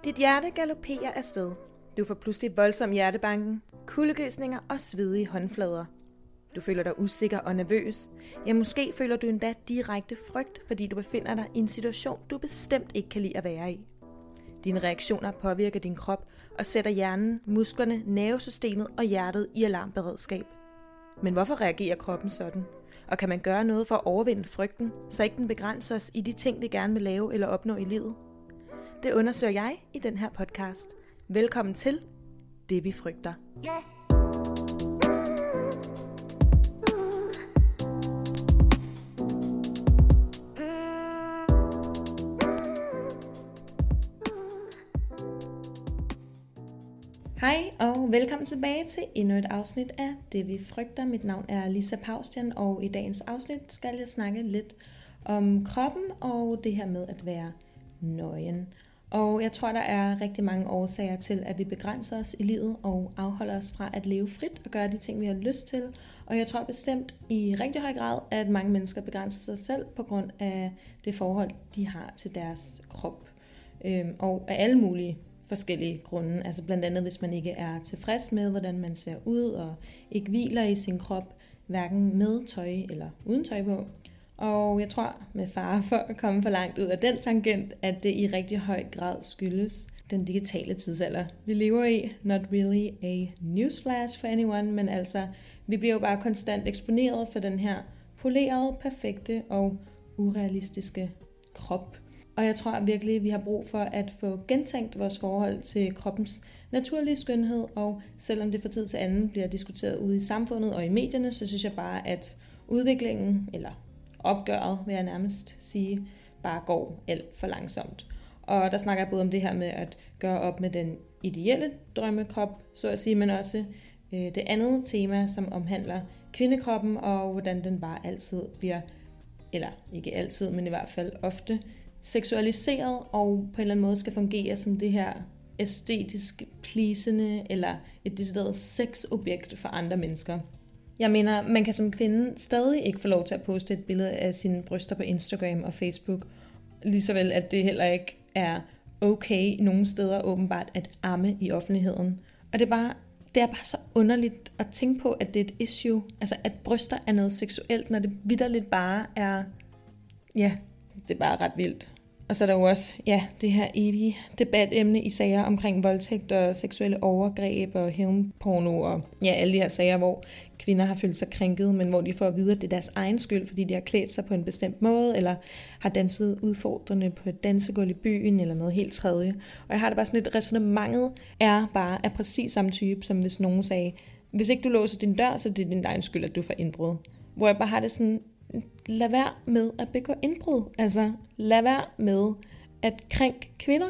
Dit hjerte galopperer afsted. Du får pludselig voldsom hjertebanken, kuldegysninger og svedige håndflader. Du føler dig usikker og nervøs. Ja, måske føler du endda direkte frygt, fordi du befinder dig i en situation, du bestemt ikke kan lide at være i. Dine reaktioner påvirker din krop og sætter hjernen, musklerne, nervesystemet og hjertet i alarmberedskab. Men hvorfor reagerer kroppen sådan? Og kan man gøre noget for at overvinde frygten, så ikke den begrænser os i de ting, vi gerne vil lave eller opnå i livet? Det undersøger jeg i den her podcast. Velkommen til Det vi frygter. Hej og velkommen tilbage til endnu et afsnit af Det vi frygter. Mit navn er Lisa Paustian, og i dagens afsnit skal jeg snakke lidt om kroppen og det her med at være nøgen. Og jeg tror, der er rigtig mange årsager til, at vi begrænser os i livet og afholder os fra at leve frit og gøre de ting, vi har lyst til. Og jeg tror bestemt i rigtig høj grad, at mange mennesker begrænser sig selv på grund af det forhold, de har til deres krop. Og af alle mulige forskellige grunde. Altså blandt andet, hvis man ikke er tilfreds med, hvordan man ser ud og ikke hviler i sin krop, hverken med tøj eller uden tøj på. Og jeg tror, med fare for at komme for langt ud af den tangent, at det i rigtig høj grad skyldes den digitale tidsalder, vi lever i. Not really a newsflash for anyone, men altså, vi bliver jo bare konstant eksponeret for den her polerede, perfekte og urealistiske krop. Og jeg tror virkelig, at vi har brug for at få gentænkt vores forhold til kroppens naturlige skønhed, og selvom det fra tid til anden bliver diskuteret ude i samfundet og i medierne, så synes jeg bare, at udviklingen, eller opgøret, vil jeg nærmest sige, bare går alt for langsomt. Og der snakker jeg både om det her med at gøre op med den ideelle drømmekrop, så at sige, men også det andet tema, som omhandler kvindekroppen, og hvordan den bare altid bliver, eller ikke altid, men i hvert fald ofte, seksualiseret og på en eller anden måde skal fungere som det her æstetisk pleasende eller et decideret sexobjekt for andre mennesker. Jeg mener, man kan som kvinde stadig ikke få lov til at poste et billede af sine bryster på Instagram og Facebook, ligesåvel at det heller ikke er okay nogle steder åbenbart at amme i offentligheden. Og det er bare så underligt at tænke på, at det er et issue, altså at bryster er noget seksuelt, når det vitterligt bare er, ja, det er bare ret vildt. Og så er der jo også det her evige debatemne i sager omkring voldtægt og seksuelle overgreb og hævnporno og alle de her sager, hvor kvinder har følt sig krænket, men hvor de får at vide, at det er deres egen skyld, fordi de har klædt sig på en bestemt måde, eller har danset udfordrende på et dansegulv i byen, eller noget helt tredje. Og jeg har det bare sådan lidt, resonemanget er bare af præcis samme type, som hvis nogen sagde, hvis ikke du låser din dør, så er det din egen skyld, at du får indbrud. Hvor jeg bare har det sådan, lad være med at begå indbrud. Altså, lad være med at krænke kvinder.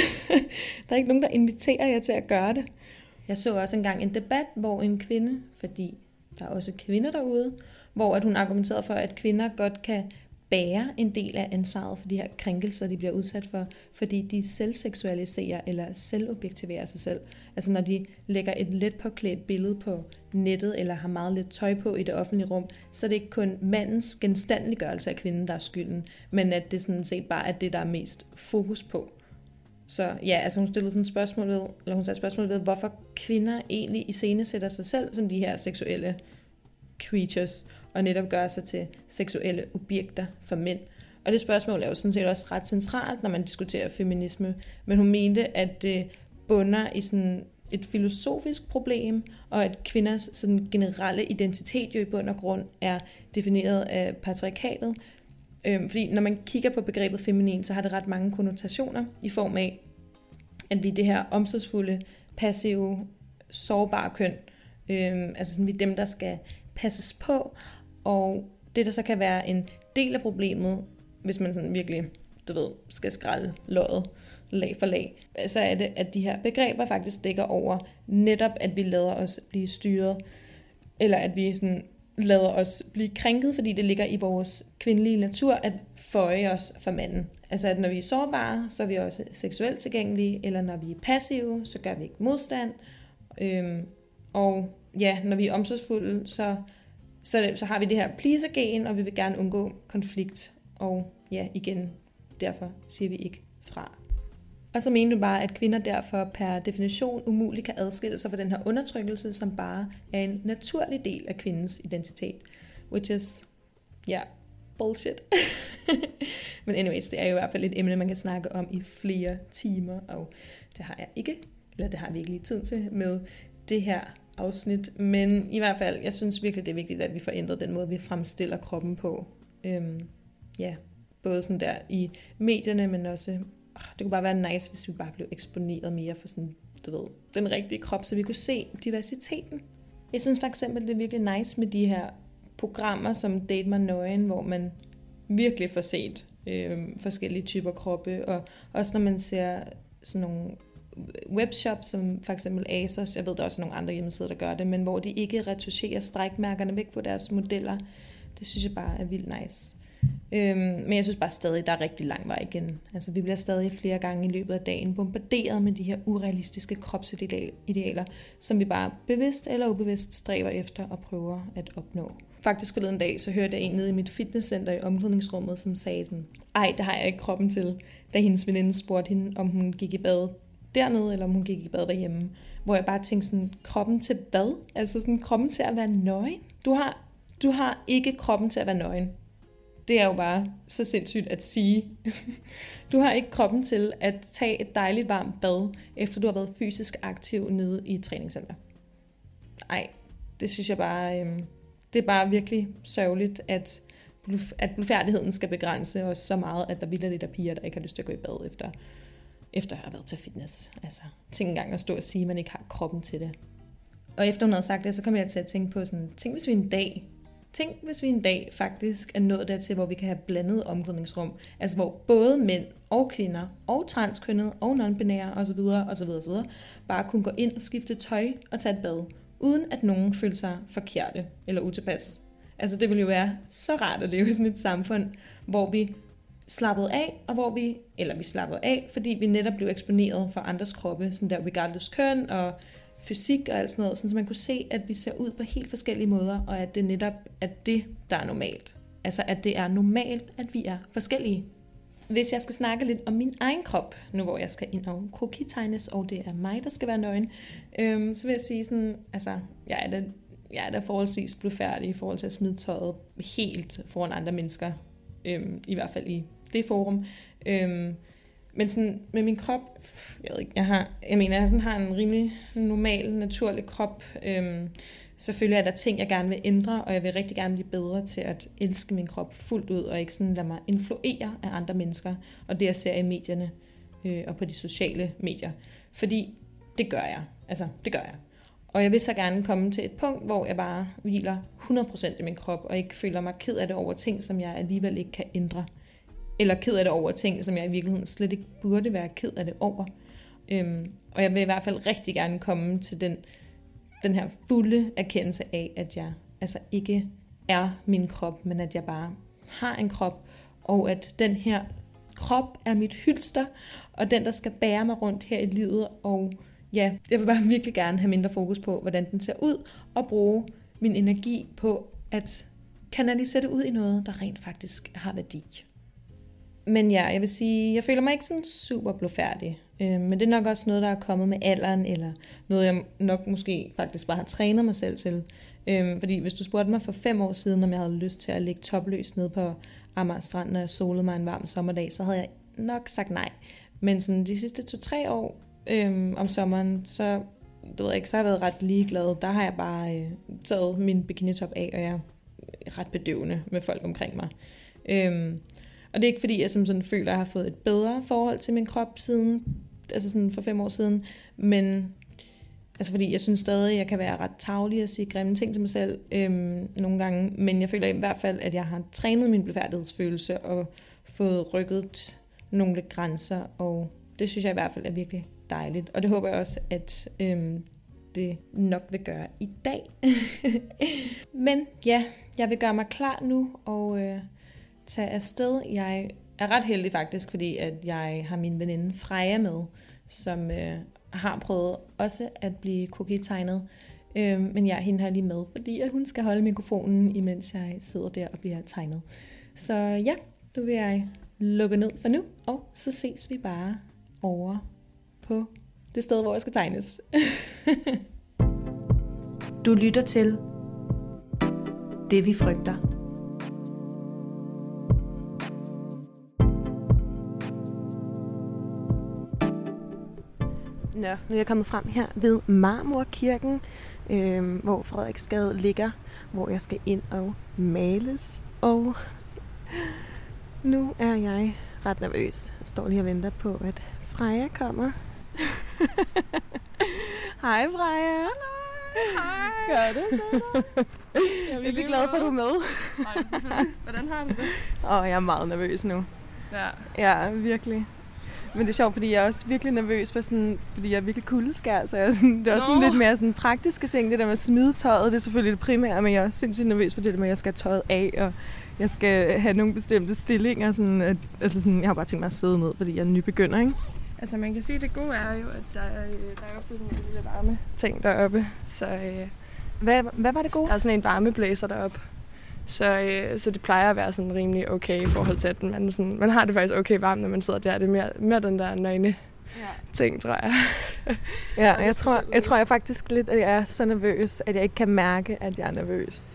Der er ikke nogen, der inviterer jer til at gøre det. Jeg så også engang en debat, hvor en kvinde, fordi der er også kvinder derude, hvor at hun argumenterede for, at kvinder godt kan bære en del af ansvaret for de her krænkelser, de bliver udsat for, fordi de selvseksualiserer eller selvobjektiverer sig selv. Altså når de lægger et let påklædt billede på nettet, eller har meget lidt tøj på i det offentlige rum, så er det ikke kun mandens genstandeliggørelse af kvinden, der er skylden, men at det sådan set bare er det, der er mest fokus på. Så ja, altså hun stillede sådan et spørgsmål ved, hvorfor kvinder egentlig iscenesætter sig selv som de her seksuelle creatures, og netop gør sig til seksuelle objekter for mænd. Og det spørgsmål er jo sådan set også ret centralt, når man diskuterer feminisme, men hun mente, at det bunder i sådan et filosofisk problem, og at kvinders sådan generelle identitet jo i bund og grund er defineret af patriarkatet. Fordi når man kigger på begrebet feminin, så har det ret mange konnotationer i form af, at vi er det her omsorgsfulde, passive, sårbare køn. Altså sådan, vi er dem, der skal passes på, og det der så kan være en del af problemet, hvis man sådan virkelig, skal skrælle løget lag for lag, så er det, at de her begreber faktisk dækker over netop, at vi lader os blive styret, eller at vi sådan lader os blive krænket, fordi det ligger i vores kvindelige natur at føje os for manden. Altså at når vi er sårbare, så er vi også seksuelt tilgængelige, eller når vi er passive, så gør vi ikke modstand, og ja, når vi er omsorgsfulde, så har vi det her pleaser-gen, og vi vil gerne undgå konflikt, og ja, igen, derfor siger vi ikke fra. Og så mener du bare, at kvinder derfor per definition umuligt kan adskille sig fra den her undertrykkelse, som bare er en naturlig del af kvindens identitet. Which is, bullshit. Men anyways, det er jo i hvert fald et emne, man kan snakke om i flere timer, og det har jeg ikke, eller det har vi ikke lige tid til med det her afsnit. Men i hvert fald, jeg synes virkelig, det er vigtigt, at vi får ændret den måde, vi fremstiller kroppen på. Både sådan der i medierne, men også, det kunne bare være nice, hvis vi bare blev eksponeret mere for sådan, den rigtige krop, så vi kunne se diversiteten. Jeg synes for eksempel, det er virkelig nice med de her programmer som Date mig nøgen, hvor man virkelig får set forskellige typer kroppe, og også når man ser sådan nogle webshops, som for eksempel ASOS, jeg ved, der er også nogle andre hjemmesider, der gør det, men hvor de ikke retusherer strækmærkerne væk på deres modeller. Det synes jeg bare er vildt nice. Men jeg synes bare stadig, der er rigtig lang vej igen. Altså, vi bliver stadig flere gange i løbet af dagen bombarderet med de her urealistiske kropsidealer, som vi bare bevidst eller ubevidst stræber efter og prøver at opnå. Faktisk forleden dag, så hørte jeg en nede i mit fitnesscenter i omklædningsrummet, som sagde sådan, det har jeg ikke kroppen til, da hendes veninde spurgte hende, om hun gik i bad dernede, eller om hun gik i bad derhjemme. Hvor jeg bare tænkte sådan, kroppen til hvad? Altså sådan, kroppen til at være nøgen? Du har ikke kroppen til at være nøgen. Det er jo bare så sindssygt at sige. Du har ikke kroppen til at tage et dejligt varmt bad, efter du har været fysisk aktiv nede i et træningscenter. Det synes jeg bare, det er bare virkelig sørgeligt, at blufærdigheden skal begrænse os så meget, at der vildt lidt af piger, der ikke har lyst til at gå i bad efter at have været til fitness. Altså, tænk engang at stå og sige, at man ikke har kroppen til det. Og efter hun havde sagt det, så kom jeg til at tænke på sådan, tænk hvis vi en dag faktisk er nået dertil, hvor vi kan have blandet omklædningsrum, altså hvor både mænd og kvinder og transkønnede og non-binære osv. bare kunne gå ind og skifte tøj og tage et bad, uden at nogen følte sig forkerte eller utilpas. Altså det ville jo være så rart at leve i sådan et samfund, hvor vi slappede af, og hvor vi slappede af, fordi vi netop blev eksponeret for andres kroppe, sådan der regardless køn og fysik og alt sådan noget, så man kunne se, at vi ser ud på helt forskellige måder, og at det netop er det, der er normalt. Altså at det er normalt, at vi er forskellige. Hvis jeg skal snakke lidt om min egen krop, nu hvor jeg skal ind og krokitegnes, og det er mig, der skal være nøgen, så vil jeg sige sådan, altså jeg er da forholdsvis blufærdig i forhold til at smide tøjet helt foran andre mennesker, i hvert fald i det forum. Men sådan med min krop, jeg ved ikke, jeg sådan har en rimelig normal, naturlig krop. Selvfølgelig er der ting, jeg gerne vil ændre, og jeg vil rigtig gerne blive bedre til at elske min krop fuldt ud, og ikke sådan lade mig influere af andre mennesker, og det jeg ser i medierne og på de sociale medier. Fordi det gør jeg. Og jeg vil så gerne komme til et punkt, hvor jeg bare hviler 100% i min krop, og ikke føler mig ked af det over ting, som jeg alligevel ikke kan ændre. Eller ked af det over ting, som jeg i virkeligheden slet ikke burde være ked af det over. Og jeg vil i hvert fald rigtig gerne komme til den her fulde erkendelse af, at jeg altså ikke er min krop, men at jeg bare har en krop, og at den her krop er mit hylster, og den, der skal bære mig rundt her i livet, og ja, jeg vil bare virkelig gerne have mindre fokus på, hvordan den ser ud, og bruge min energi på at kanalisere det ud i noget, der rent faktisk har værdi. Men ja, jeg vil sige, jeg føler mig ikke sådan super blufærdig. Men det er nok også noget, der er kommet med alderen, eller noget, jeg nok måske faktisk bare har trænet mig selv til. Fordi hvis du spurgte mig for 5 år siden, om jeg havde lyst til at ligge topløs nede på Amager Strand, når jeg solede mig en varm sommerdag, så havde jeg nok sagt nej. Men sådan de sidste 2-3 år om sommeren, så har jeg været ret ligeglad. Der har jeg bare taget min bikinitop af, og jeg er ret bedøvende med folk omkring mig. Og det er ikke fordi, jeg sådan føler, at jeg har fået et bedre forhold til min krop siden, altså sådan for 5 år siden, men altså fordi jeg synes stadig, at jeg kan være ret tarvelig og sige grimme ting til mig selv nogle gange, men jeg føler i hvert fald, at jeg har trænet min blufærdighedsfølelse og fået rykket nogle grænser, og det synes jeg i hvert fald er virkelig dejligt, og det håber jeg også, at det nok vil gøre i dag. Men ja, jeg vil gøre mig klar nu, og tage afsted. Jeg er ret heldig faktisk, fordi at jeg har min veninde Freja med, som har prøvet også at blive cookie-tegnet. Men jeg hende her lige med, fordi at hun skal holde mikrofonen, imens jeg sidder der og bliver tegnet. Så ja, nu vil jeg lukke ned for nu, og så ses vi bare over på det sted, hvor jeg skal tegnes. Du lytter til Det vi frygter. Nå, nu er jeg kommet frem her ved Marmorkirken, hvor Frederiksgade ligger, hvor jeg skal ind og males. Og nu er jeg ret nervøs. Jeg står lige og venter på, at Freja kommer. Hej Freja! Hej! Gør det så? Jeg er virkelig glad for, at du er med. Nej, selvfølgelig. Hvordan har du det? Jeg er meget nervøs nu. Ja. Ja, virkelig. Men det er sjovt, fordi jeg er også virkelig nervøs, fordi jeg er virkelig kuldeskær, så det er også sådan lidt mere sådan praktiske ting. Det der med at smide tøjet, det er selvfølgelig det primære, men jeg er også sindssygt nervøs for det der med, at jeg skal have tøjet af, og jeg skal have nogle bestemte stillinger. Sådan, jeg har bare tænkt mig at sidde ned, fordi jeg er nybegynder, ikke? Altså man kan sige, at det gode er jo, at der er ofte sådan en lille varme ting deroppe. Så, Hvad var det gode? Der er sådan en varmeblæser deroppe. Så det plejer at være sådan rimelig okay i forhold til, at man har det faktisk okay varmt, når man sidder der. Det er mere den der nøgne ting, tror jeg. Ja, jeg tror faktisk lidt, at jeg er så nervøs, at jeg ikke kan mærke, at jeg er nervøs.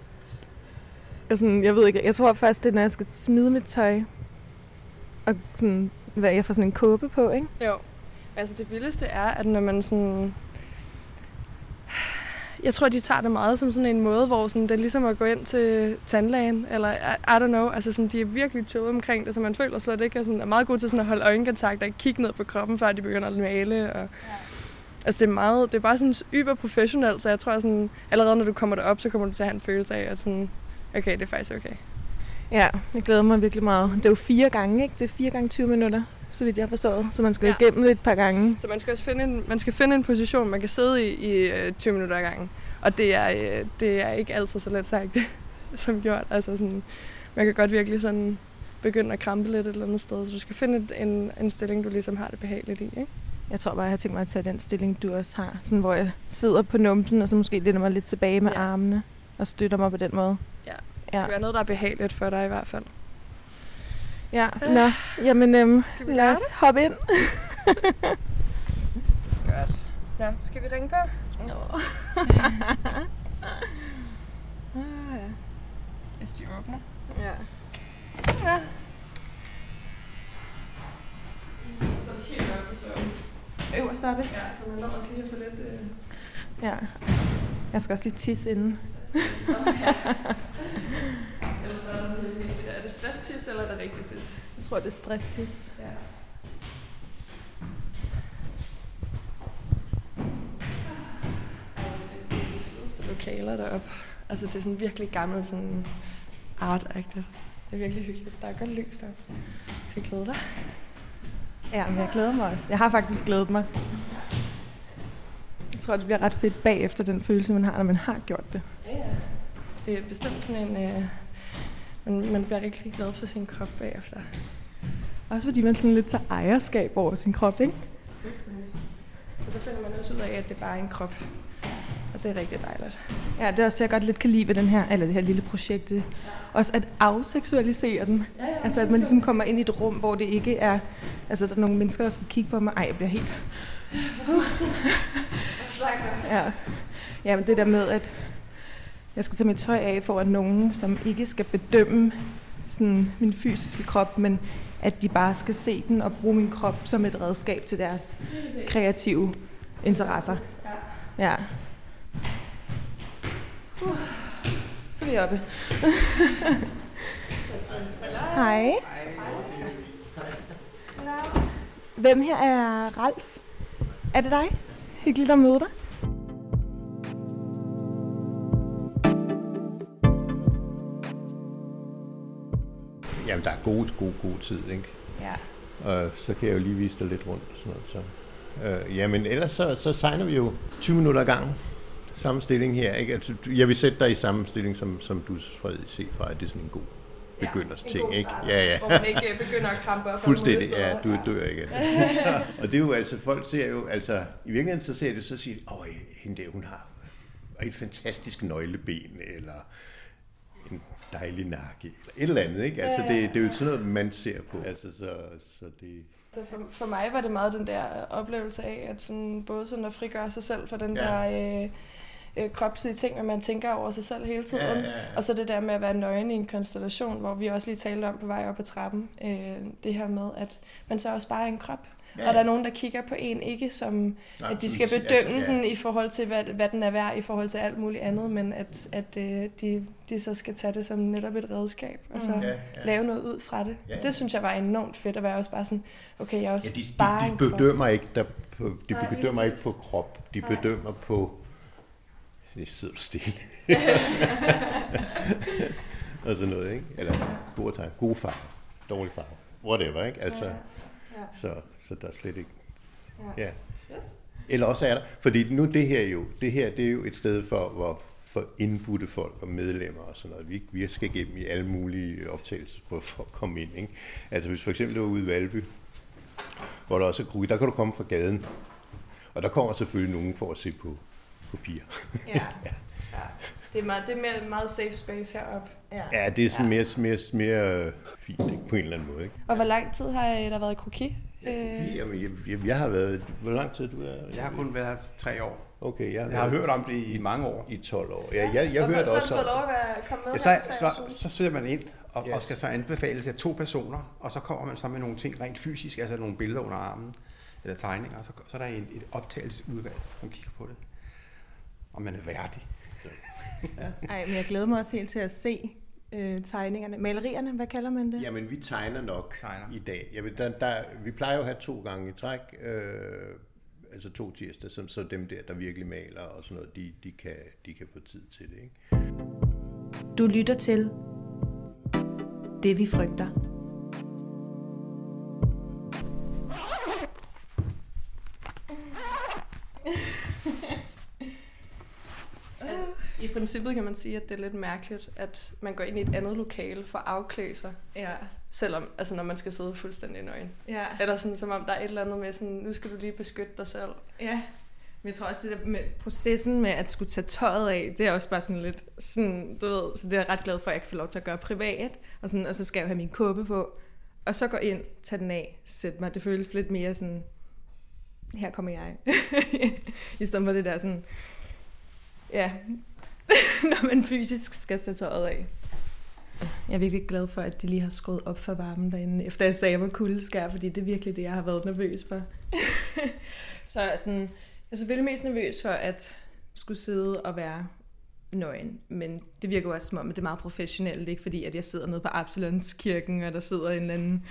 Jeg ved ikke, jeg tror først, det er, når jeg skal smide mit tøj, og sådan, jeg får sådan en kåbe på, ikke? Jo, altså det vildeste er, at når man sådan... Jeg tror, de tager det meget som sådan en måde, hvor sådan, det er ligesom at gå ind til tandlægen, eller I don't know, altså sådan, de er virkelig tøde omkring det, så man føler slet ikke, er meget god til sådan at holde øjenkontakt og ikke kigge ned på kroppen, før de begynder at male. Og, altså det er bare sådan yber professionelt, så jeg tror sådan, allerede når du kommer derop, så kommer du til at have en følelse af, at sådan, okay, det er faktisk okay. Ja, jeg glæder mig virkelig meget. Det er jo 4 gange, ikke? Det er 4 gange 20 minutter, så vidt jeg har forstået. Så man skal igennem det et par gange. Så man skal også finde en position, man kan sidde i 20 minutter ad gangen. Og det er ikke altid så let sagt, som gjort. Altså sådan, man kan godt virkelig sådan begynde at krampe lidt et eller andet sted. Så du skal finde en stilling, du ligesom har det behageligt i, ikke? Jeg tror bare, jeg har tænkt mig at tage den stilling, du også har. Sådan, hvor jeg sidder på numsen, og så måske læner mig lidt tilbage med armene og støtter mig på den måde. Ja, det skal være noget, der er behageligt for dig i hvert fald. Ja, nå. Jamen, lad os hoppe ind. Godt. Ja, skal vi ringe på? Hvis de åbner. Ja. Så. Så er det helt op på toppen. Øverst oppe? Ja, så man når også lige at få lidt... Ja. Jeg skal også lige tisse inden. Ellers er der lidt mest. Er det stress-tis, eller er det rigtig tis? Jeg tror, det er stress-tis. Ja. Det er de fedeste lokaler deroppe. Altså det er sådan virkelig gammelt, sådan art-agtigt. Det er virkelig hyggeligt. Der er godt lys der. Skal jeg glæde dig? Ja, men jeg glæder mig også. Jeg har faktisk glædet mig. Jeg tror, det bliver ret fedt bagefter den følelse, man har, når man har gjort det. Ja. Det er bestemt sådan en... Man bliver rigtig glad for sin krop bagefter. Også fordi man sådan lidt tager ejerskab over sin krop, ikke? Og så finder man også ud af, at det bare er en krop. Og det er rigtig dejligt. Ja, det er også, jeg godt lidt kan lide ved det her lille projekt. Ja. Også at afseksualisere den. Ja, altså at man ligesom kommer ind i et rum, hvor det ikke er... Altså der er nogle mennesker, der skal kigge på mig. Ej, jeg bliver helt... Ja, men det der med, at jeg skal tage mit tøj af for, at nogen, som ikke skal bedømme sådan min fysiske krop, men at de bare skal se den og bruge min krop som et redskab til deres kreative interesser. Ja. Så er vi oppe. Hej. Hvem her er Ralf? Er det dig? Hyggeligt at møde dig. Jamen, der er god tid, ikke? Ja. Og så kan jeg jo lige vise dig lidt rundt og sådan noget. Så. Jamen, ellers så signer vi jo 20 minutter ad gangen. Samme stilling her, ikke? Altså, jeg vil sætte dig i samme stilling, som du se fra, at det er sådan en god begyndersting, ikke? Ja. Hvor man ikke begynder at krampe op. Fuldstændig, ja, du dør ikke. Og det er jo altså, folk ser jo, altså, i virkeligheden så ser det så siger, hende der, hun har et fantastisk nøgleben, eller dejlig nakke, eller et eller andet, ikke? Altså, det er jo ikke sådan noget, man ser på. Altså, så det... Så for mig var det meget den der oplevelse af, at sådan, både sådan at frigøre sig selv fra den der kropslige ting, at man tænker over sig selv hele tiden. Og så det der med at være nøgen i en konstellation, hvor vi også lige talte om på vej op ad trappen, det her med, at man så også bare er en krop. Ja. Og der er nogen, der kigger på en, ikke som, at de skal bedømme den i forhold til, hvad den er værd, i forhold til alt muligt andet, men at de så skal tage det som netop et redskab, og så lave noget ud fra det. Ja. Det synes jeg var enormt fedt, at være også bare sådan, okay, jeg er også bare en krop. De bedømmer ikke på krop, de bedømmer på... Det sidder du stille. Og sådan noget, ikke? Eller gode farver, dårlige farver, whatever, ikke? Altså, så der er slet ikke... Ja. Eller også er der... Fordi nu det her er jo et sted for indbudte folk og medlemmer og sådan noget. Vi skal igennem i alle mulige optagelsesprøver for at komme ind, ikke? Altså hvis for eksempel du er ude i Valby, hvor der også er gruppe, der kan du komme fra gaden. Og der kommer selvfølgelig nogen for at se på piger. Ja. Det er meget safe space heroppe. Ja, det er sådan mere fint, ikke? På en eller anden måde, ikke? Og hvor lang tid har der været i Kroki? Jeg har været... Hvor lang tid du er? Jeg har kun været her 3 år. Okay, jeg har hørt om det i mange år. I 12 år. Jeg hørte også om... Så har du fået lov at komme med så søger man ind og skal så anbefales af 2 personer, og så kommer man så med nogle ting rent fysisk, altså nogle billeder under armen, eller tegninger, og så er der et optagelsesudvalg, som kigger på det. Og man er værdig. Ej, men jeg glæder mig også helt til at se tegningerne. Malerierne, hvad kalder man det? Jamen, vi tegner nok i dag. Vi plejer jo at have 2 gange i træk, altså 2 tirsdag, så dem der virkelig maler og sådan noget, de kan få tid til det, ikke? Du lytter til Det vi frygter. I princippet kan man sige, at det er lidt mærkeligt, at man går ind i et andet lokale for at afklæde sig. Ja. Selvom, altså når man skal sidde fuldstændig nøgen. Ja. Eller sådan, som om der er et eller andet med sådan, nu skal du lige beskytte dig selv. Ja. Men jeg tror også, det der med processen med at skulle tage tøjet af, det er også bare sådan lidt, sådan, du ved, så det er jeg ret glad for, at jeg kan få lov til at gøre privat. Og så skal jeg jo have min kåbe på. Og så gå ind, tage den af, sætte mig. Det føles lidt mere sådan, her kommer jeg. I stedet for det der sådan, ja, når man fysisk skal tage tøjet af. Jeg er virkelig glad for, at de lige har skruet op for varmen derinde, efter jeg sagde, at jeg var kuldeskær, fordi det er virkelig det, jeg har været nervøs for. Så sådan, jeg er selvfølgelig mest nervøs for at skulle sidde og være nøgen, men det virker jo også som om, at det er meget professionelt, ikke? Fordi at jeg sidder nede på Absalonskirken, og der sidder en eller anden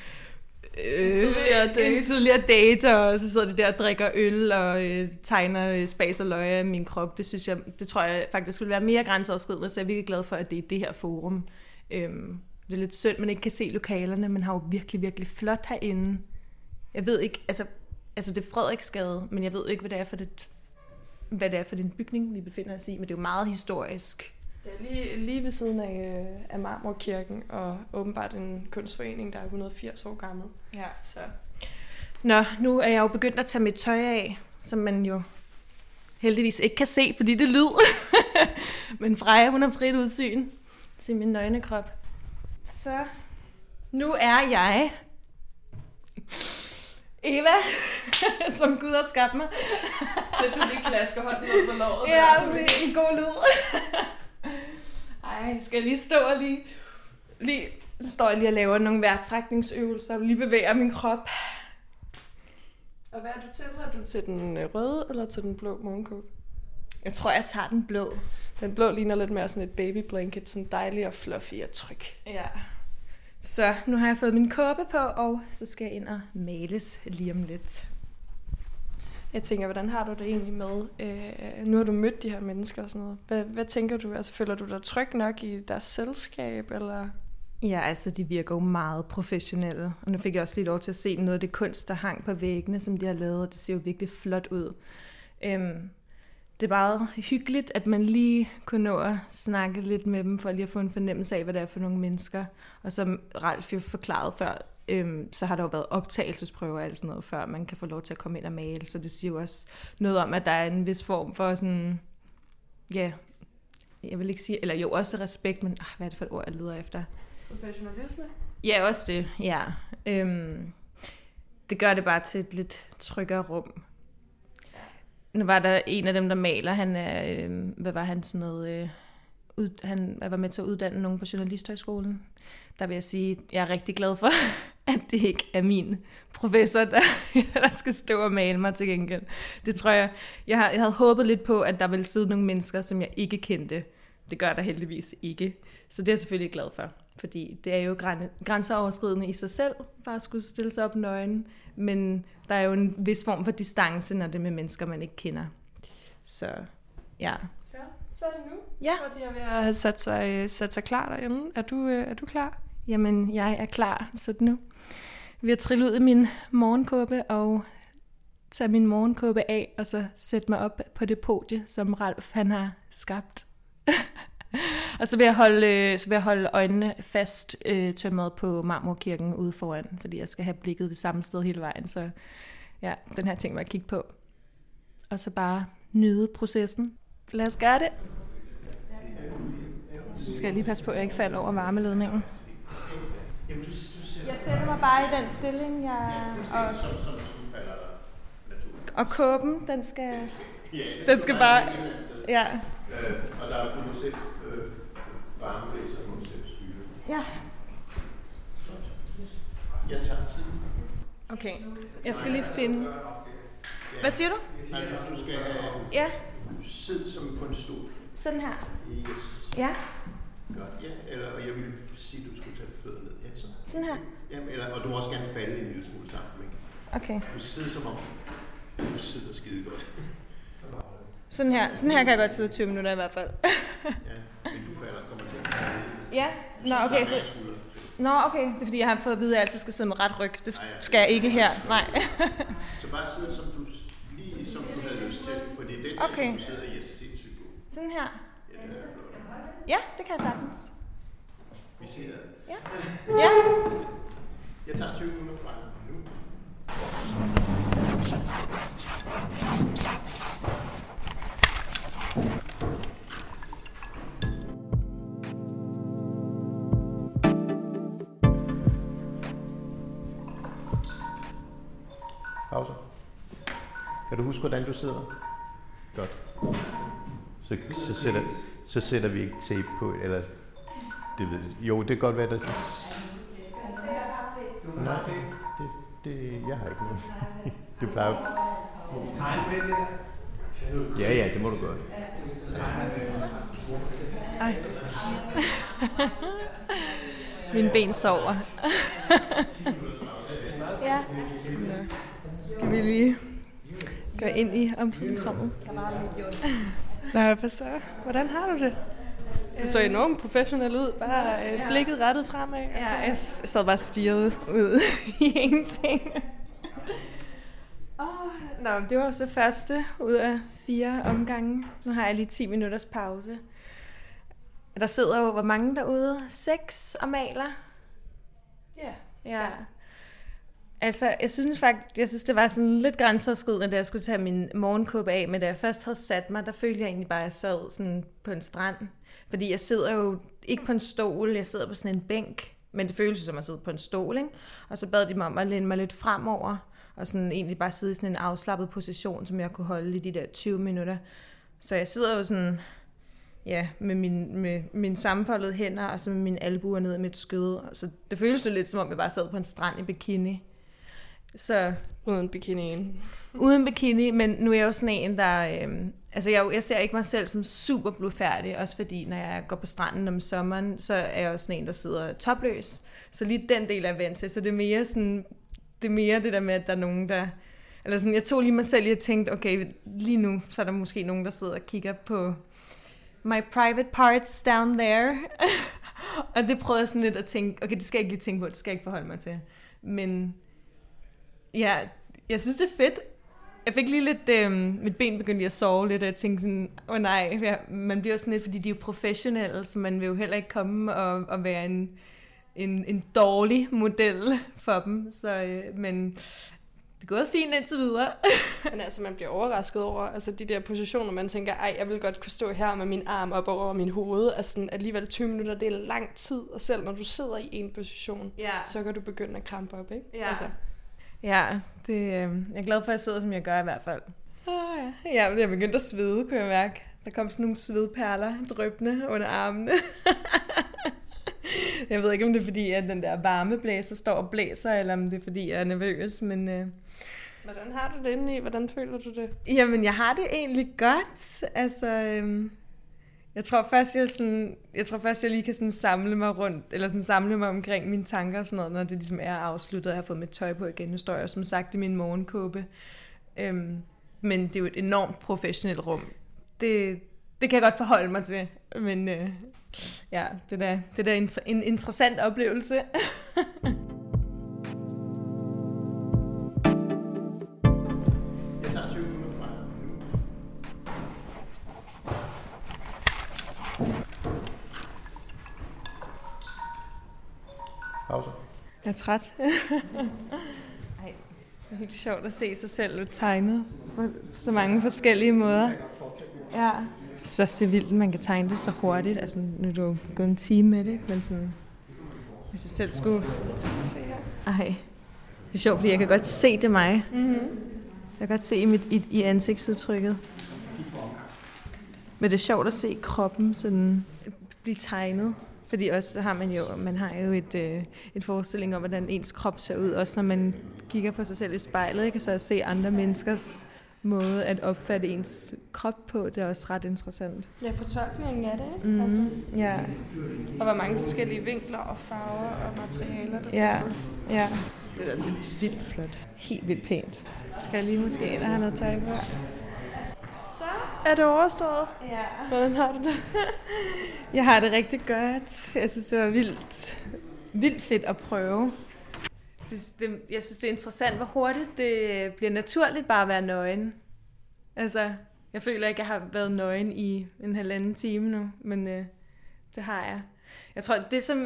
en tidligere date, og så sidder de der og drikker øl og tegner spas og løjer af min krop. Det tror jeg faktisk ville være mere grænseoverskridende, så jeg er virkelig glad for, at det er det her forum. Det er lidt synd, man ikke kan se lokalerne, men har jo virkelig, virkelig flot herinde. Jeg ved ikke, altså det er Frederiksgade, men jeg ved ikke, hvad det er for den bygning, vi befinder os i, men det er jo meget historisk. Det er lige ved siden af Marmorkirken, og åbenbart en kunstforening, der er 180 år gammel. Ja. Så. Nå, nu er jeg jo begyndt at tage mit tøj af, som man jo heldigvis ikke kan se, fordi det lyder. Men Freja, hun har frit udsyn til min nøgne krop. Så nu er jeg Eva, som Gud har skabt mig. Så du lige klasker hånden ud på låret. Ja, det er en god lyd. Ej, skal jeg lige stå og lige står jeg lige og laver nogle vejrtrækningsøvelser og lige bevæger min krop. Og hvad er du til? Er du til den røde eller til den blå morgenkåbe? Jeg tror, jeg tager den blå. Den blå ligner lidt mere sådan et baby blanket, sådan dejlig og fluffy og tryg. Ja. Så nu har jeg fået min kåbe på, og så skal jeg ind og males lige om lidt. Jeg tænker, hvordan har du det egentlig med? Nu har du mødt de her mennesker og sådan noget. Hvad tænker du? Altså, føler du dig tryg nok i deres selskab, eller? Ja, altså, de virker jo meget professionelle. Og nu fik jeg også lige lov til at se noget af det kunst, der hang på væggene, som de har lavet, og det ser jo virkelig flot ud. Det er meget hyggeligt, at man lige kunne nå at snakke lidt med dem, for lige at få en fornemmelse af, hvad det er for nogle mennesker. Og som Ralf jo forklarede før, så har der jo været optagelsesprøver og alt sådan noget, før man kan få lov til at komme ind og male. Så det siger jo også noget om, at der er en vis form for sådan, ja, jeg vil ikke sige, eller jo også respekt, men hvad er det for et ord, jeg leder efter? Professionalisme? Ja, også det, ja. Det gør det bare til et lidt tryggere rum. Nu var der en af dem, der maler, han er, hvad var han sådan noget, han var med til at uddanne nogen på Journalisthøjskolen. Der vil jeg sige, at jeg er rigtig glad for, at det ikke er min professor, der skal stå og male mig til gengæld. Det tror jeg havde håbet lidt på, at der ville sidde nogle mennesker, som jeg ikke kendte. Det gør der heldigvis ikke. Så det er jeg selvfølgelig glad for, fordi det er jo grænseoverskridende i sig selv, bare at skulle stille sig op nøgen. Men der er jo en vis form for distance, når det er med mennesker, man ikke kender. Så ja. Ja, så er det nu. Ja. Jeg tror, de er ved at have sat sig klar derinde. Er du klar? Jamen, jeg er klar, så nu vil jeg trille ud i min morgenkåbe og tage min morgenkåbe af, og så sætte mig op på det podie, som Ralf han har skabt. Og så vil jeg holde øjnene fast tømret på Marmorkirken ude foran, fordi jeg skal have blikket det samme sted hele vejen. Så ja, den her ting var at kigge på. Og så bare nyde processen. Lad os gøre det. Nu skal jeg lige passe på, at jeg ikke falder over varmeledningen. Jeg sætter mig bare i den stilling, og kåben, den skal bare... Ja. Og der er kun selv varmeblæser, som du selv styrer. Ja. Jeg tager tiden. Okay, jeg skal lige finde... Hvad siger du? Du skal have sidde som på en stol. Sådan her? Yes. Ja. Godt, ja. Eller jeg vil sige, at du skulle tage fødderne ned. Ja, sådan her? Ja, og du må også gerne falde en lille smule sammen. Ikke? Okay. Du skal sidde som om du sidder skide godt. Sådan her kan jeg godt sidde 20 minutter i hvert fald. Ja, men du falder kommer til at falde. Ja, okay. Okay, det er fordi, jeg har fået at vide, at jeg altid skal sidde med ret ryg. Det skal jeg ikke her, nej. Så bare sidde som du, lige som du havde lyst til, fordi den okay. du sidder i er sindssygt god. Sådan her? Ja, det er flot. Ja, det kan jeg sagtens. Vi siger det. Ja. Ja. Jeg tager 20 minutter fra nu. Pause. Kan du huske, hvordan du sidder? Godt. Så sætter vi ikke tape på, eller det ved jeg. Jo, det kan godt være, der... Nej, jeg har ikke noget. Det plejer... Ja, det må du godt. Ej. Mine ben sover. Ja. Skal vi lige gå ind i omklædningsrummet? Nå, hvad så? Hvordan har du det? Du så enormt professionel ud, bare blikket rettet fremad. Ja, jeg sad bare stirret ud i ingenting. Det var så første ud af 4 omgange. Nu har jeg lige 10 minutters pause. Der sidder jo, hvor mange derude? 6 og maler? Ja. Altså, jeg synes, det var sådan lidt grænseoverskridende, da jeg skulle tage min morgenkåbe af, men da jeg først havde sat mig, der følte jeg egentlig bare, at jeg sad sådan på en strand. Fordi jeg sidder jo ikke på en stol, jeg sidder på sådan en bænk, men det føles som at sidde på en stol, ikke? Og så bad de mig om at læne mig lidt fremover, og sådan egentlig bare sidde i sådan en afslappet position, som jeg kunne holde i de der 20 minutter. Så jeg sidder jo sådan, ja, med mine sammenfoldede hænder, og så med mine albuer ned i mit skød. Så det føles jo lidt som om, jeg bare sad på en strand i bikini. Så uden bikini. Uden bikini, men nu er jeg jo sådan en, der... jeg ser ikke mig selv som super blufærdig, også fordi, når jeg går på stranden om sommeren, så er jeg jo sådan en, der sidder topløs. Så lige den del er vant til, så det er mere det der med, at der er nogen, der... Eller sådan, jeg tog lige mig selv, og tænkte, okay, lige nu, så er der måske nogen, der sidder og kigger på my private parts down there. Og det prøvede jeg sådan lidt at tænke, okay, det skal jeg ikke lige tænke på, det skal jeg ikke forholde mig til. Men ja, jeg synes, det er fedt. Jeg fik lige lidt, mit ben begyndte lige at sove lidt, og jeg tænkte sådan, nej, man bliver jo sådan lidt, fordi de er jo professionelle, så man vil jo heller ikke komme og være en dårlig model for dem. Så, men det er gået fint indtil videre. Men altså, man bliver overrasket over altså, de der positioner, man tænker, ej, jeg vil godt kunne stå her med min arm op over min hoved. Altså alligevel 20 minutter, det er lang tid. Og selv når du sidder i en position, så kan du begynde at krampe op, ikke? Ja, altså. Ja, det, jeg er glad for, at jeg sidder, som jeg gør i hvert fald. Ja, jeg begyndte at svede, kunne jeg mærke. Der kom sådan nogle svedperler dryppende under armene. Jeg ved ikke, om det er fordi, at den der varmeblæser står og blæser, eller om det er fordi, jeg er nervøs, men... Hvordan har du det inde i? Hvordan føler du det? Jamen, jeg har det egentlig godt. Altså, jeg tror først, jeg lige kan sådan samle mig rundt, eller sådan samle mig omkring mine tanker og sådan noget, når det ligesom er afsluttet, og jeg har fået mit tøj på igen. Nu står jeg som sagt i min morgenkåbe. Men det er jo et enormt professionelt rum. Det kan jeg godt forholde mig til. Men ja, det er da en interessant oplevelse. Pause. Jeg er træt. Ej, det er helt sjovt at se sig selv tegnet på så mange forskellige måder. Ja. Jeg synes også, det er vildt, at man kan tegne det så hurtigt. Altså, nu er du gået en time med det, men sådan, hvis jeg selv skulle... Ej, det er sjovt, fordi jeg kan godt se det mig. Mm-hmm. Jeg kan godt se i ansigtsudtrykket. Men det er sjovt at se kroppen sådan blive tegnet. Fordi også man har jo et forestilling om, hvordan ens krop ser ud, også når man kigger på sig selv i spejlet. Jeg kan så se andre menneskers måde at opfatte ens krop på. Det er også ret interessant. Ja, fortolkningen af det, ikke? Mm, altså. Ja. Og hvor mange forskellige vinkler og farver og materialer, der ja. Det er vildt flot. Helt vildt pænt. Skal jeg lige måske ind og have noget tøj på? Så er det overstået. Ja. Hvordan har du det? Jeg har det rigtig godt. Jeg synes, det var vildt fedt at prøve. Jeg synes, det er interessant, hvor hurtigt det bliver naturligt bare at være nøgen. Altså, jeg føler ikke, jeg har været nøgen i en 1,5 time nu, men det har jeg. Jeg tror,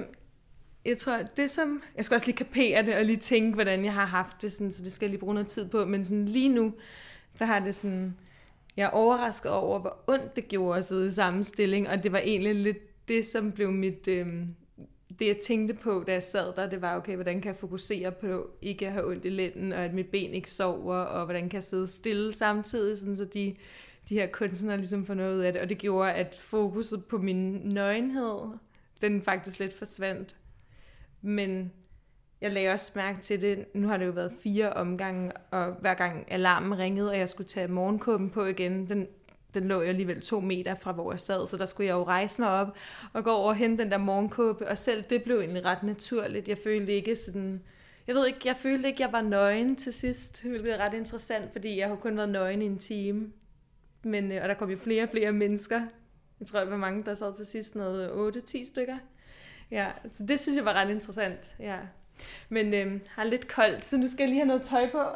jeg skal også lige kapere det og lige tænke, hvordan jeg har haft det, sådan, så det skal jeg lige bruge noget tid på. Men sådan, lige nu, der har det sådan... Jeg er overrasket over, hvor ondt det gjorde at sidde i samme stilling, og det var egentlig lidt det, som blev mit... Det jeg tænkte på, da jeg sad der, det var, okay, hvordan kan jeg fokusere på ikke at have ondt i lænden, og at mit ben ikke sover, og hvordan kan jeg sidde stille samtidig, sådan, så de her kunstnere ligesom får noget ud af det. Og det gjorde, at fokuset på min nøgenhed, den faktisk lidt forsvandt. Men jeg lagde også mærke til det. Nu har det jo været 4 omgange, og hver gang alarmen ringede, og jeg skulle tage morgenkåben på igen, den lå jo alligevel 2 meter fra, hvor jeg sad, så der skulle jeg jo rejse mig op og gå over og hente den der morgenkåbe, og selv det blev egentlig ret naturligt. Jeg følte ikke sådan... Jeg følte ikke, jeg var nøgen til sidst, hvilket er ret interessant, fordi jeg har kun været nøgen i en time. Men, og der kom jo flere og flere mennesker. Jeg tror, der var mange, der sad til sidst, noget 8-10 stykker. Ja, så det synes jeg var ret interessant, ja. Men har lidt koldt, så nu skal jeg lige have noget tøj på.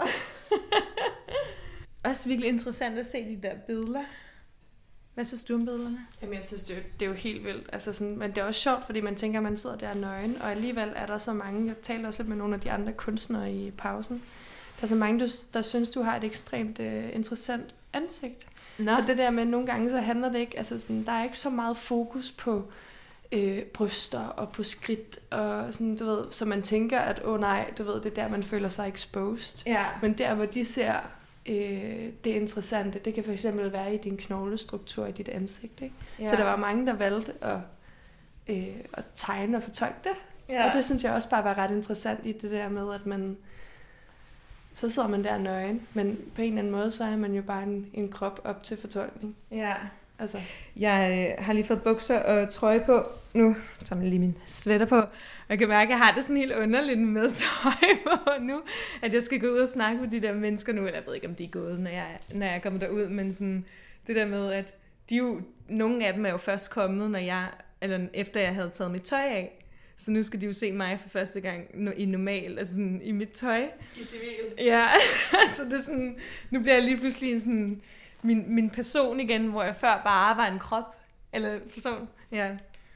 Også virkelig interessant at se de der billeder. Hvad synes du om billederne? Jamen, jeg synes, det er jo helt vildt. Altså sådan, men det er også sjovt, fordi man tænker, at man sidder der nøgen, og alligevel er der så mange, jeg taler også lidt med nogle af de andre kunstnere i pausen, der er så mange, der synes, du har et ekstremt interessant ansigt. Nå. Og det der med, nogle gange så handler det ikke, altså sådan, der er ikke så meget fokus på bryster og på skridt, og sådan, du ved, så man tænker, at nej, du ved, det er der, man føler sig exposed. Ja. Men der, hvor de ser det interessante, det kan for eksempel være i din knoglestruktur i dit ansigt, ikke? Ja. Så der var mange, der valgte at tegne og fortolke det. Ja. Og det synes jeg også bare var ret interessant i det der med, at man så sidder man der nøgen, men på en eller anden måde, så er man jo bare en krop op til fortolkning. Ja. Altså. Jeg har lige fået bukser og trøje på. Nu tager jeg lige min sweater på. Og jeg kan mærke, at jeg har det sådan helt underligt med tøj på nu. At jeg skal gå ud og snakke med de der mennesker nu. Eller jeg ved ikke, om de er gået, når jeg kommer derud. Men sådan, det der med, at nogle af dem er jo først kommet, efter jeg havde taget mit tøj af. Så nu skal de jo se mig for første gang i normal, altså sådan, i mit tøj. I civil. Ja, altså det er sådan, nu bliver jeg lige pludselig sådan min person igen, hvor jeg før bare var en krop, eller person. Ja,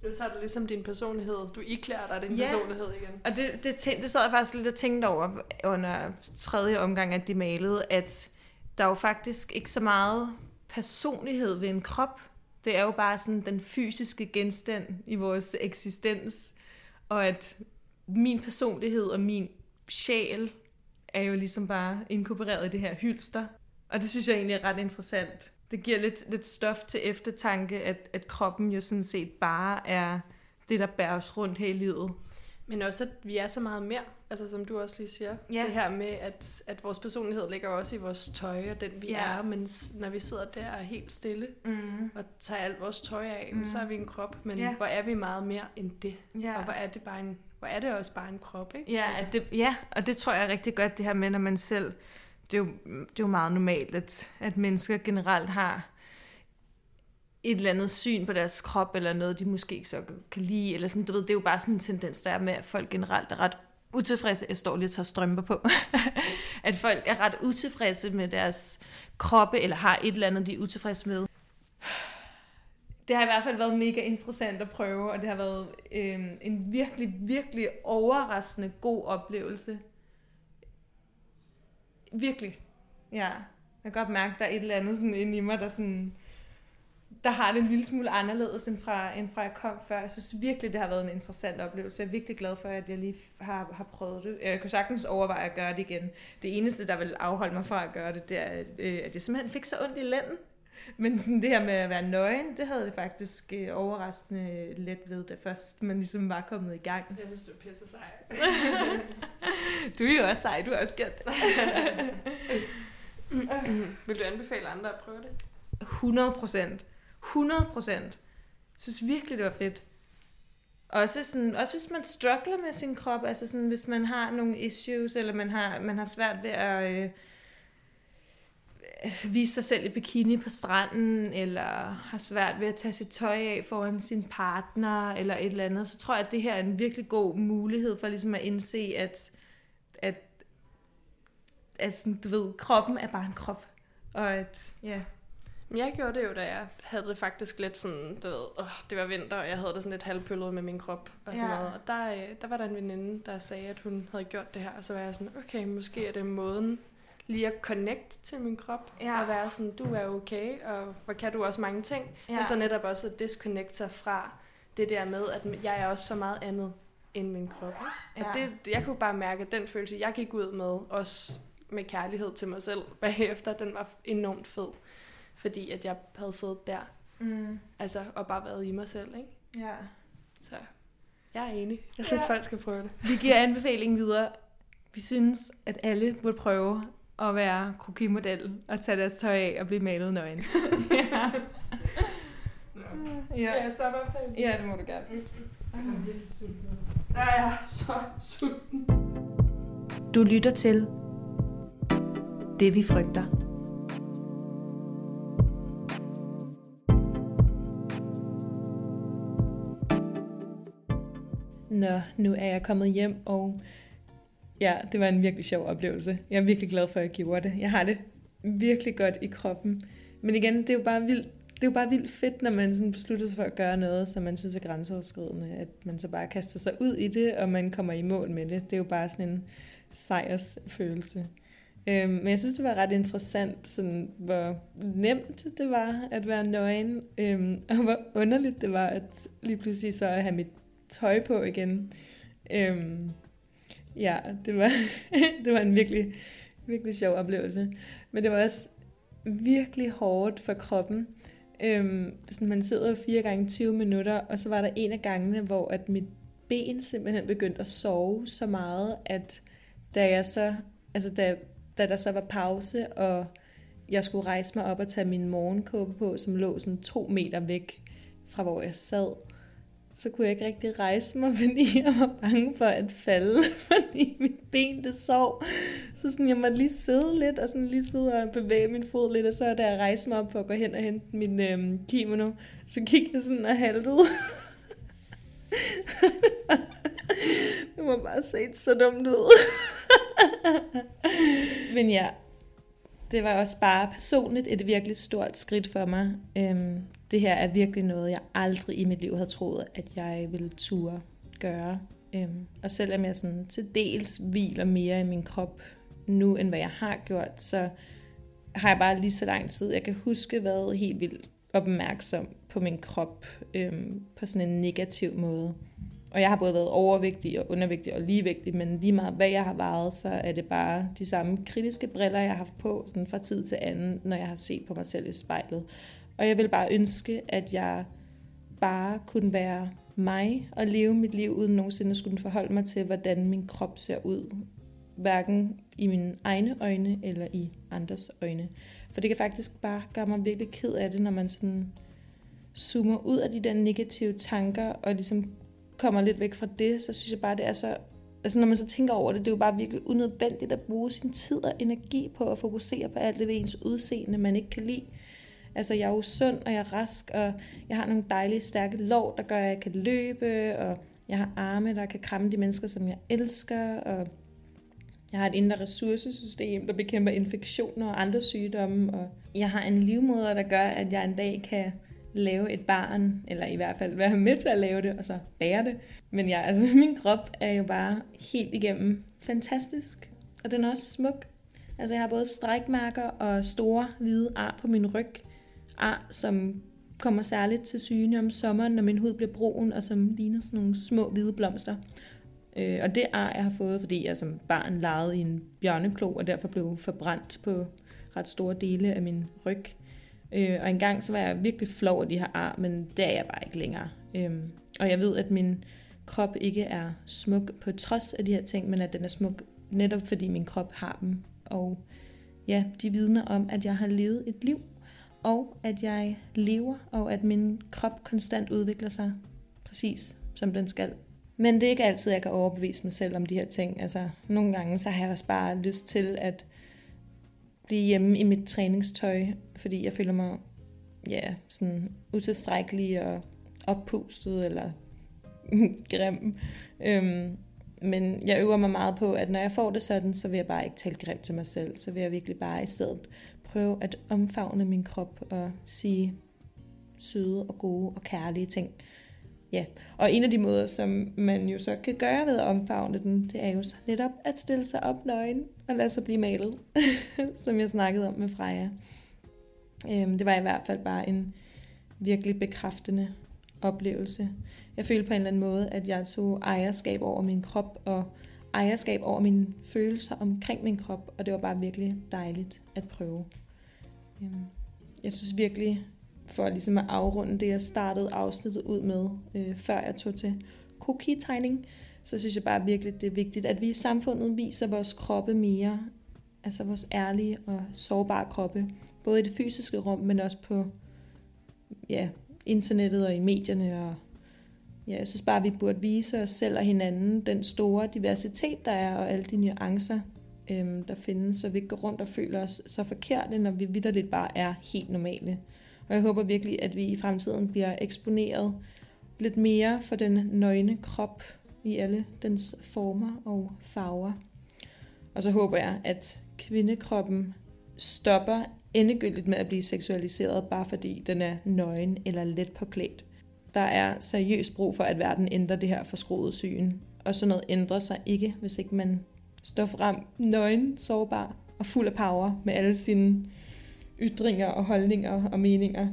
Nu tager du ligesom din personlighed. Du iklærer dig din personlighed igen. Og det sad jeg faktisk lidt og tænkte over under tredje omgang, at de malede, at der er jo faktisk ikke så meget personlighed ved en krop. Det er jo bare sådan den fysiske genstand i vores eksistens. Og at min personlighed og min sjæl er jo ligesom bare inkorporeret i det her hylster. Og det synes jeg egentlig er ret interessant. Det giver lidt stof til eftertanke, at kroppen jo sådan set bare er det, der bærer os rundt hele livet. Men også, at vi er så meget mere, altså som du også lige siger. Ja. Det her med, at vores personlighed ligger også i vores tøj, og den vi er, men når vi sidder der og er helt stille, og tager alt vores tøj af, så er vi en krop, men hvor er vi meget mere end det? Ja. Og hvor er det også bare en krop, ikke? Ja, altså. Og det tror jeg er rigtig godt, det her med, når man selv... Det er jo meget normalt, at mennesker generelt har et eller andet syn på deres krop, eller noget, de måske ikke så kan lide, eller sådan, du ved, det er jo bare sådan en tendens, der er med, at folk generelt er ret utilfredse. Jeg står lige og tager strømper på. At folk er ret utilfredse med deres kroppe, eller har et eller andet, de er utilfredse med. Det har i hvert fald været mega interessant at prøve, og det har været en virkelig, virkelig overraskende god oplevelse. Virkelig. Ja. Jeg kan godt mærke, at der er et eller andet sådan inde i mig, der har det en lille smule anderledes, end fra jeg kom før. Jeg synes virkelig, det har været en interessant oplevelse. Jeg er virkelig glad for, at jeg lige har prøvet det. Jeg kunne sagtens overveje at gøre det igen. Det eneste, der vil afholde mig fra at gøre det, det er, at jeg simpelthen fik så ondt i lænden. Men sådan det her med at være nøgen, det havde det faktisk overraskende let ved, da først man ligesom var kommet i gang. Jeg synes, du er pisse sej. Du er jo også sej, du har også gjort det. Vil du anbefale andre at prøve det? 100%. Jeg synes virkelig, det var fedt. Også hvis man struggler med sin krop, altså sådan, hvis man har nogle issues, eller man har svært ved at vise sig selv i bikini på stranden, eller har svært ved at tage sit tøj af foran sin partner, eller et eller andet, så tror jeg, at det her er en virkelig god mulighed for ligesom at indse, at sådan, du ved, kroppen er bare en krop. Og at, ja... Jeg gjorde det jo, da jeg havde det faktisk lidt sådan, du ved, det var vinter, og jeg havde det sådan lidt halvpøllet med min krop og sådan noget. Og der var der en veninde, der sagde, at hun havde gjort det her, og så var jeg sådan, okay, måske er det måden lige at connect til min krop, og være sådan, du er okay, og hvor kan du også mange ting, men så netop også at disconnecte sig fra det der med, at jeg er også så meget andet end min krop. Og jeg kunne bare mærke, at den følelse, jeg gik ud med, også med kærlighed til mig selv bagefter, den var enormt fed. Fordi at jeg havde siddet der, altså, og bare været i mig selv, ikke? Ja. Så jeg er enig. Jeg synes, folk skal prøve det. Vi giver anbefalingen videre. Vi synes, at alle burde prøve at være krokimodel og tage deres tøj af og blive malet nøgen. Skal jeg stoppe optagelsen? Ja, det må du gerne. Jeg er virkelig sulten. Jeg er så sulten. Du lytter til Det vi frygter. Nå, nu er jeg kommet hjem, og ja, det var en virkelig sjov oplevelse. Jeg er virkelig glad for, at jeg gjorde det. Jeg har det virkelig godt i kroppen. Men igen, det er jo bare vildt fedt, når man sådan beslutter sig for at gøre noget, som man synes er grænseoverskridende. At man så bare kaster sig ud i det, og man kommer i mål med det. Det er jo bare sådan en sejrsfølelse. Men jeg synes, det var ret interessant, sådan, hvor nemt det var at være nøgen, og hvor underligt det var at lige pludselig så at have mit tøj på igen. Ja, det var en virkelig, virkelig sjov oplevelse. Men det var også virkelig hårdt for kroppen. Sådan, man sidder 4 gange 20 minutter, og så var der en af gangene, hvor at mit ben simpelthen begyndte at sove så meget, at da der så var pause, og jeg skulle rejse mig op og tage min morgenkåbe på, som lå sådan 2 meter væk fra hvor jeg sad, så kunne jeg ikke rigtig rejse mig, fordi jeg var bange for at falde, fordi mit ben det sov. Så sådan, jeg måtte lige sidde lidt, og sådan lige sidde og bevæge min fod lidt, og så da jeg rejste mig op for at gå hen og hente min kimono, så gik jeg sådan og haltede. Det var bare set så dumt ud. Men ja, det var også bare personligt et virkelig stort skridt for mig. det her er virkelig noget, jeg aldrig i mit liv havde troet, at jeg ville turde gøre. Og selvom jeg sådan til dels hviler mere i min krop nu, end hvad jeg har gjort, så har jeg bare lige så lang tid. Jeg kan huske været helt vildt opmærksom på min krop på sådan en negativ måde. Og jeg har både været overvægtig og undervægtig og ligevægtig, men lige meget hvad jeg har vejet, så er det bare de samme kritiske briller, jeg har haft på sådan fra tid til anden, når jeg har set på mig selv i spejlet. Og jeg vil bare ønske, at jeg bare kunne være mig og leve mit liv, uden nogensinde skulle forholde mig til, hvordan min krop ser ud. Hverken i mine egne øjne eller i andres øjne. For det kan faktisk bare gøre mig virkelig ked af det, når man sådan zoomer ud af de der negative tanker, og ligesom kommer lidt væk fra det, så synes jeg bare, det er så... Altså når man så tænker over det, det er jo bare virkelig unødvendigt at bruge sin tid og energi på at fokusere på alt det ved ens udseende, man ikke kan lide. Altså jeg er jo sund, og jeg er rask, og jeg har nogle dejlige, stærke lår, der gør, at jeg kan løbe, og jeg har arme, der kan kramme de mennesker, som jeg elsker, og jeg har et indre ressourcesystem, der bekæmper infektioner og andre sygdomme, og jeg har en livmoder, der gør, at jeg en dag kan lave et barn, eller i hvert fald være med til at lave det, og så bære det. Men ja, altså min krop er jo bare helt igennem fantastisk, og den er også smuk. Altså jeg har både strækmærker og store hvide ar på min ryg, ar som kommer særligt til syne om sommeren, når min hud bliver brun, og som ligner sådan nogle små hvide blomster. Og det ar, jeg har fået, fordi jeg som barn legede i en bjørneklo, og derfor blev forbrændt på ret store dele af min ryg. Og engang så var jeg virkelig flov af de her ar, men det er jeg bare ikke længere. Og jeg ved, at min krop ikke er smuk på trods af de her ting, men at den er smuk netop fordi min krop har dem. Og ja, de vidner om, at jeg har levet et liv, og at jeg lever, og at min krop konstant udvikler sig præcis som den skal. Men det er ikke altid, jeg kan overbevise mig selv om de her ting. Altså, nogle gange så har jeg også bare lyst til at blive hjemme i mit træningstøj, fordi jeg føler mig sådan utilstrækkelig og oppustet eller grim. Men jeg øver mig meget på, at når jeg får det sådan, så vil jeg bare ikke tale grimt til mig selv. Så vil jeg virkelig bare i stedet prøve at omfavne min krop og sige søde og gode og kærlige ting. Ja, og en af de måder, som man jo så kan gøre ved at omfavne den, det er jo så netop at stille sig op nøgen og lade sig blive malet, som jeg snakkede om med Freja. Det var i hvert fald bare en virkelig bekræftende oplevelse. Jeg følte på en eller anden måde, at jeg tog ejerskab over min krop og ejerskab over mine følelser omkring min krop, og det var bare virkelig dejligt at prøve. Jeg synes virkelig, for ligesom at afrunde det, jeg startede afsnittet ud med, før jeg tog til koki-tegning, så synes jeg bare virkelig, det er vigtigt, at vi i samfundet viser vores kroppe mere, altså vores ærlige og sårbare kroppe, både i det fysiske rum, men også på internettet og i medierne. Og jeg synes bare, at vi burde vise os selv og hinanden den store diversitet, der er, og alle de nuancer, der findes, så vi ikke går rundt og føler os så forkerte, når vi vitterligt bare er helt normale. Og jeg håber virkelig, at vi i fremtiden bliver eksponeret lidt mere for den nøgne krop i alle dens former og farver. Og så håber jeg, at kvindekroppen stopper endegyldigt med at blive seksualiseret, bare fordi den er nøgen eller let påklædt. Der er seriøst brug for, at verden ændrer det her forskruede syn. Og sådan noget ændrer sig ikke, hvis ikke man står frem nøgen, sårbar og fuld af power med alle sine ytringer og holdninger og meninger.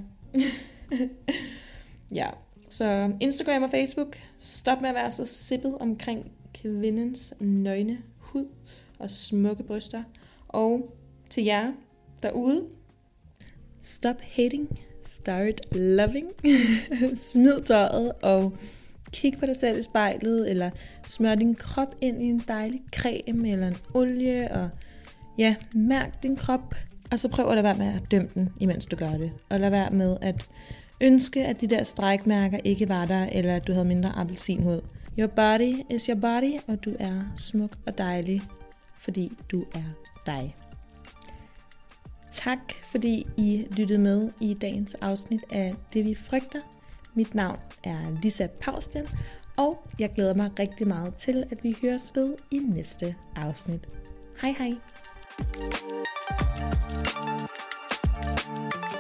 Ja, så Instagram og Facebook, stop med at være så sippet omkring kvindens nøgne hud og smukke bryster. Og til jer derude, stop hating, start loving. Smid tøjet og kig på dig selv i spejlet, eller smør din krop ind i en dejlig creme eller en olie, og ja, mærk din krop. Og så prøv at lade være med at dømme den, imens du gør det. Og lad være med at ønske, at de der strækmærker ikke var der, eller at du havde mindre appelsinhud. Your body is your body, og du er smuk og dejlig, fordi du er dig. Tak, fordi I lyttede med i dagens afsnit af Det vi frygter. Mit navn er Lisa Paustian, og jeg glæder mig rigtig meget til, at vi høres ved i næste afsnit. Hej hej!